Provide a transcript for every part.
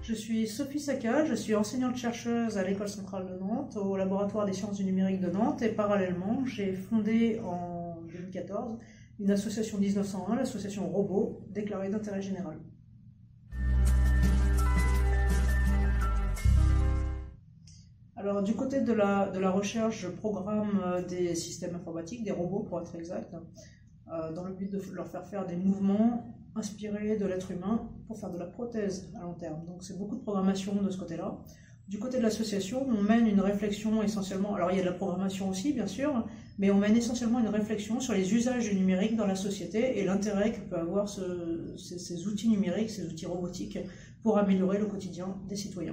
Je suis Sophie Saka, je suis enseignante-chercheuse à l'École centrale de Nantes, au laboratoire des sciences du numérique de Nantes, et parallèlement, j'ai fondé en 2014 une association 1901, l'association Robot, déclarée d'intérêt général. Alors, du côté de la recherche, je programme des systèmes informatiques, des robots pour être exact, dans le but de leur faire des mouvements inspirés de l'être humain pour faire de la prothèse à long terme. Donc c'est beaucoup de programmation de ce côté-là. Du côté de l'association, on mène une réflexion essentiellement, alors il y a de la programmation aussi bien sûr, mais on mène essentiellement une réflexion sur les usages du numérique dans la société et l'intérêt que peut avoir ces outils numériques, ces outils robotiques pour améliorer le quotidien des citoyens.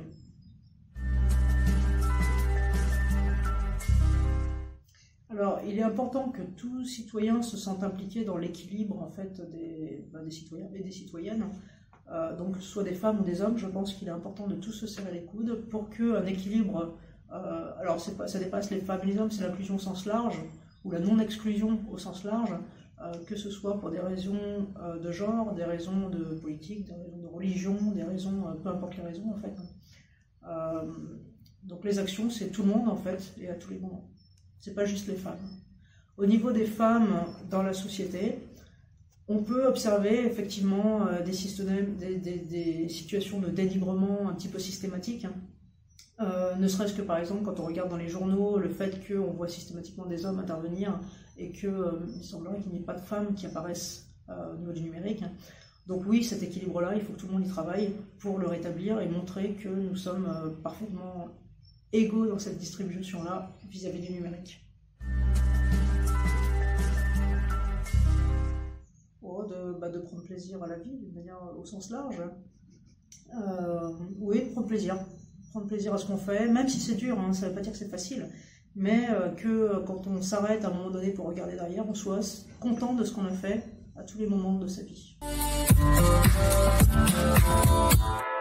Alors, il est important que tout citoyen se sente impliqué dans l'équilibre en fait, des citoyens et des citoyennes, donc soit des femmes ou des hommes. Je pense qu'il est important de tous se serrer les coudes pour qu'un équilibre, alors ça dépasse les femmes et les hommes, c'est l'inclusion au sens large, ou la non-exclusion au sens large, que ce soit pour des raisons de genre, des raisons de politique, des raisons de religion, des raisons, peu importe les raisons en fait. Donc les actions, c'est tout le monde en fait, et à tous les moments. C'est pas juste les femmes. Au niveau des femmes dans la société, on peut observer effectivement des situations de dénigrement un petit peu systématiques. Ne serait-ce que par exemple quand on regarde dans les journaux le fait qu'on voit systématiquement des hommes intervenir et qu'il semblerait qu'il n'y ait pas de femmes qui apparaissent au niveau du numérique. Donc oui, cet équilibre-là, il faut que tout le monde y travaille pour le rétablir et montrer que nous sommes parfaitement égaux dans cette distribution-là vis-à-vis du numérique. De prendre plaisir à la vie, d'une manière au sens large. Oui, prendre plaisir. Prendre plaisir à ce qu'on fait, même si c'est dur, hein, ça ne veut pas dire que c'est facile, mais que quand on s'arrête à un moment donné pour regarder derrière, on soit content de ce qu'on a fait à tous les moments de sa vie.